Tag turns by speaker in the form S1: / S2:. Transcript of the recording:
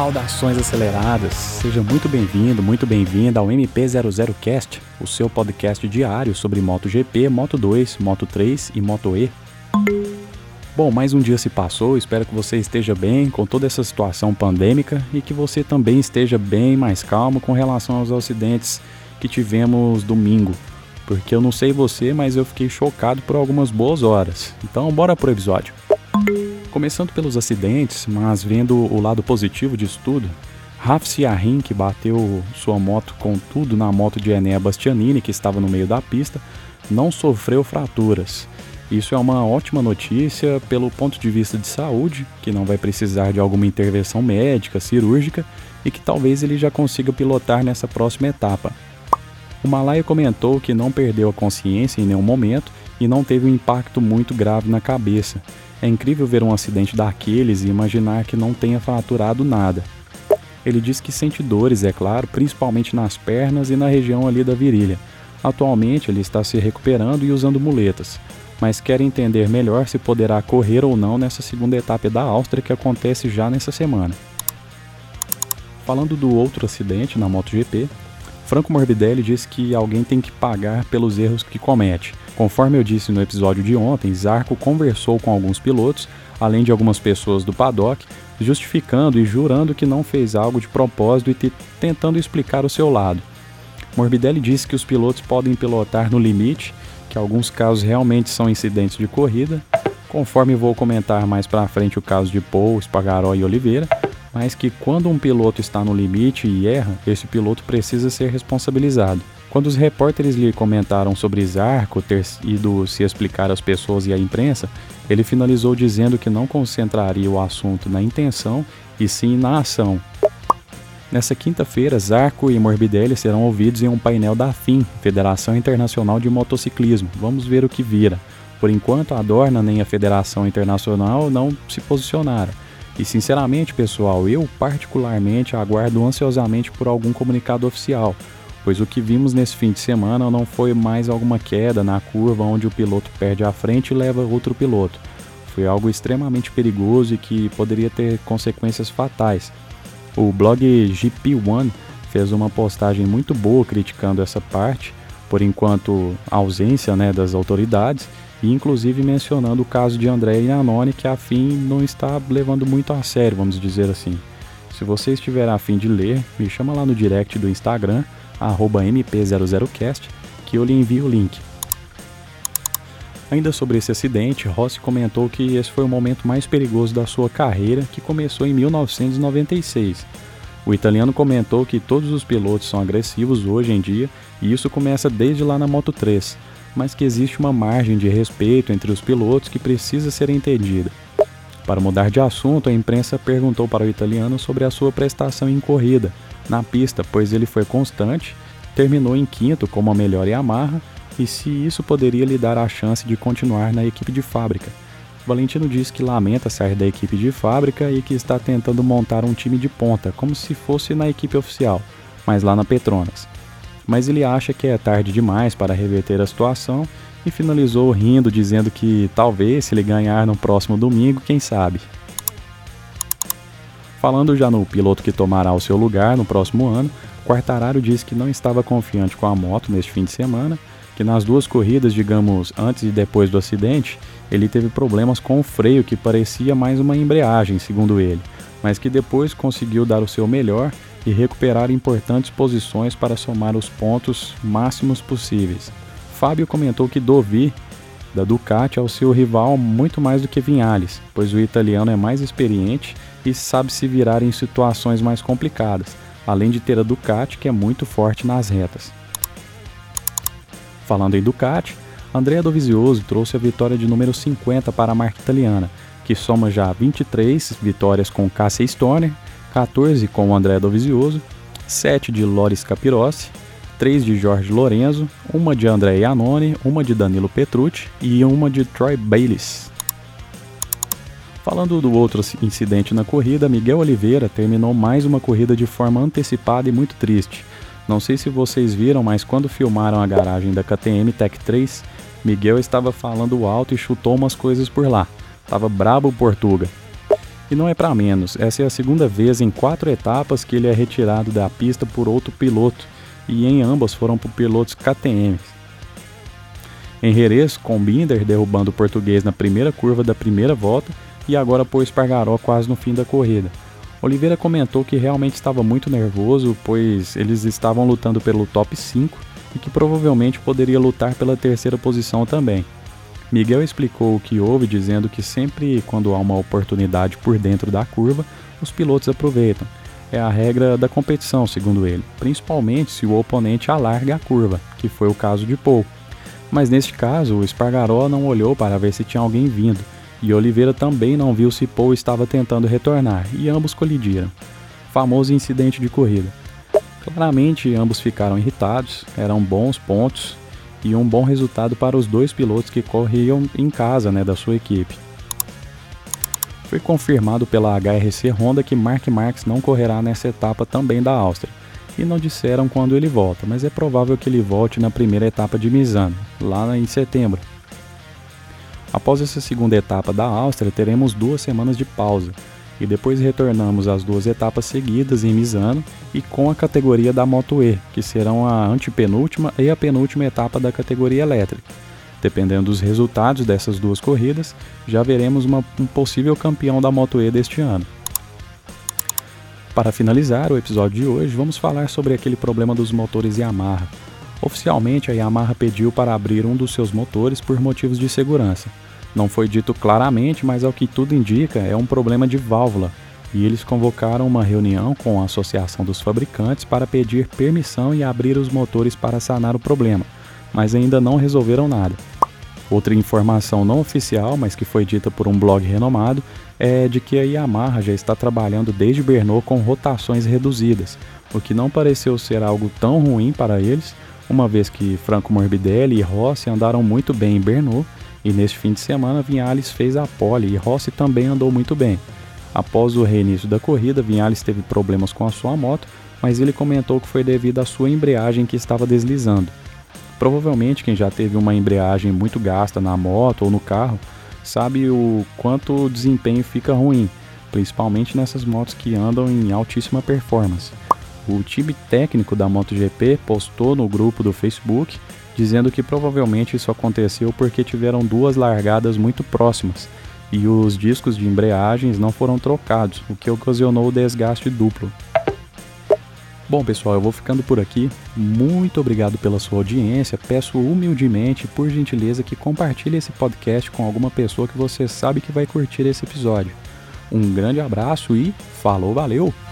S1: Saudações aceleradas, seja muito bem-vindo, muito bem-vinda ao MP00Cast, o seu podcast diário sobre MotoGP, Moto2, Moto3 e MotoE. Bom, mais um dia se passou, espero que você esteja bem com toda essa situação pandêmica e que você também esteja bem mais calmo com relação aos acidentes que tivemos domingo, porque eu não sei você, mas eu fiquei chocado por algumas boas horas. Então, bora pro episódio. Começando pelos acidentes, mas vendo o lado positivo disso tudo, Raffi Siyarrin, que bateu sua moto com tudo na moto de Enea Bastianini, que estava no meio da pista, não sofreu fraturas. Isso é uma ótima notícia pelo ponto de vista de saúde, que não vai precisar de alguma intervenção médica, cirúrgica, e que talvez ele já consiga pilotar nessa próxima etapa. O Malaya comentou que não perdeu a consciência em nenhum momento e não teve um impacto muito grave na cabeça. É incrível ver um acidente daqueles e imaginar que não tenha fraturado nada. Ele diz que sente dores, é claro, principalmente nas pernas e na região ali da virilha. Atualmente ele está se recuperando e usando muletas, mas quer entender melhor se poderá correr ou não nessa segunda etapa da Áustria que acontece já nessa semana. Falando do outro acidente na MotoGP, Franco Morbidelli diz que alguém tem que pagar pelos erros que comete. Conforme eu disse no episódio de ontem, Zarco conversou com alguns pilotos, além de algumas pessoas do paddock, justificando e jurando que não fez algo de propósito e tentando explicar o seu lado. Morbidelli disse que os pilotos podem pilotar no limite, que alguns casos realmente são incidentes de corrida, conforme vou comentar mais pra frente o caso de Paul, Espargaró e Oliveira, mas que quando um piloto está no limite e erra, esse piloto precisa ser responsabilizado. Quando os repórteres lhe comentaram sobre Zarco ter ido se explicar às pessoas e à imprensa, ele finalizou dizendo que não concentraria o assunto na intenção e sim na ação. Nessa quinta-feira, Zarco e Morbidelli serão ouvidos em um painel da FIM, Federação Internacional de Motociclismo. Vamos ver o que vira. Por enquanto, a Dorna nem a Federação Internacional não se posicionaram. E sinceramente, pessoal, eu particularmente aguardo ansiosamente por algum comunicado oficial, pois o que vimos nesse fim de semana não foi mais alguma queda na curva onde o piloto perde a frente e leva outro piloto. Foi algo extremamente perigoso e que poderia ter consequências fatais. O blog GP1 fez uma postagem muito boa criticando essa parte, por enquanto ausência, das autoridades, e inclusive mencionando o caso de Andrea Iannone, que a FIM não está levando muito a sério, vamos dizer assim. Se você estiver a fim de ler, me chama lá no direct do Instagram, @mp00cast, que eu lhe envio o link. Ainda sobre esse acidente, Rossi comentou que esse foi o momento mais perigoso da sua carreira, que começou em 1996. O italiano comentou que todos os pilotos são agressivos hoje em dia, e isso começa desde lá na Moto3, mas que existe uma margem de respeito entre os pilotos que precisa ser entendida. Para mudar de assunto, a imprensa perguntou para o italiano sobre a sua prestação em corrida na pista, pois ele foi constante, terminou em quinto como a melhor Yamaha, e se isso poderia lhe dar a chance de continuar na equipe de fábrica. Valentino disse que lamenta sair da equipe de fábrica e que está tentando montar um time de ponta, como se fosse na equipe oficial, mas lá na Petronas. Mas ele acha que é tarde demais para reverter a situação e finalizou rindo, dizendo que talvez, se ele ganhar no próximo domingo, quem sabe. Falando já no piloto que tomará o seu lugar no próximo ano, Quartararo disse que não estava confiante com a moto neste fim de semana, que nas duas corridas, digamos, antes e depois do acidente, ele teve problemas com o freio que parecia mais uma embreagem, segundo ele, mas que depois conseguiu dar o seu melhor e recuperar importantes posições para somar os pontos máximos possíveis. Fábio comentou que Dovi, da Ducati, é o seu rival muito mais do que Viñales, pois o italiano é mais experiente e sabe se virar em situações mais complicadas, além de ter a Ducati, que é muito forte nas retas. Falando em Ducati, Andrea Dovizioso trouxe a vitória de número 50 para a marca italiana, que soma já 23 vitórias com Casey Stoner, 14 com o Andrea Dovizioso, 7 de Loris Capirossi, 3 de Jorge Lorenzo, uma de Andrea Iannone, uma de Danilo Petrucci e uma de Troy Bayliss. Falando do outro incidente na corrida, Miguel Oliveira terminou mais uma corrida de forma antecipada e muito triste. Não sei se vocês viram, mas quando filmaram a garagem da KTM Tech 3, Miguel estava falando alto e chutou umas coisas por lá. Tava brabo o Portuga. E não é para menos, essa é a segunda vez em 4 etapas que ele é retirado da pista por outro piloto, e em ambas foram por pilotos KTM. Em Jerez, com Binder derrubando o português na primeira curva da primeira volta e agora por Espargaró quase no fim da corrida. Oliveira comentou que realmente estava muito nervoso, pois eles estavam lutando pelo top 5 e que provavelmente poderia lutar pela terceira posição também. Miguel explicou o que houve, dizendo que sempre quando há uma oportunidade por dentro da curva, os pilotos aproveitam. É a regra da competição, segundo ele, principalmente se o oponente alarga a curva, que foi o caso de Paul. Mas neste caso, o Espargaró não olhou para ver se tinha alguém vindo, e Oliveira também não viu se Paul estava tentando retornar, e ambos colidiram. Famoso incidente de corrida. Claramente, ambos ficaram irritados, eram bons pontos, e um bom resultado para os dois pilotos que corriam em casa, da sua equipe. Foi confirmado pela HRC Honda que Marc Marques não correrá nessa etapa também da Áustria, e não disseram quando ele volta, mas é provável que ele volte na primeira etapa de Misano, lá em setembro. Após essa segunda etapa da Áustria, teremos 2 semanas de pausa, e depois retornamos às 2 etapas seguidas em Misano e com a categoria da Moto E, que serão a antepenúltima e a penúltima etapa da categoria elétrica. Dependendo dos resultados dessas 2 corridas, já veremos um possível campeão da Moto E deste ano. Para finalizar o episódio de hoje, vamos falar sobre aquele problema dos motores Yamaha. Oficialmente, a Yamaha pediu para abrir um dos seus motores por motivos de segurança. Não foi dito claramente, mas ao que tudo indica, é um problema de válvula, e eles convocaram uma reunião com a Associação dos Fabricantes para pedir permissão e abrir os motores para sanar o problema, mas ainda não resolveram nada. Outra informação não oficial, mas que foi dita por um blog renomado, é de que a Yamaha já está trabalhando desde Brno com rotações reduzidas, o que não pareceu ser algo tão ruim para eles, uma vez que Franco Morbidelli e Rossi andaram muito bem em Brno, e neste fim de semana Viñales fez a pole e Rossi também andou muito bem. Após o reinício da corrida, Viñales teve problemas com a sua moto, mas ele comentou que foi devido à sua embreagem que estava deslizando. Provavelmente quem já teve uma embreagem muito gasta na moto ou no carro sabe o quanto o desempenho fica ruim, principalmente nessas motos que andam em altíssima performance. O time técnico da MotoGP postou no grupo do Facebook dizendo que provavelmente isso aconteceu porque tiveram 2 largadas muito próximas e os discos de embreagens não foram trocados, o que ocasionou o desgaste duplo. Bom pessoal, eu vou ficando por aqui, muito obrigado pela sua audiência, peço humildemente, por gentileza, que compartilhe esse podcast com alguma pessoa que você sabe que vai curtir esse episódio. Um grande abraço e falou, valeu!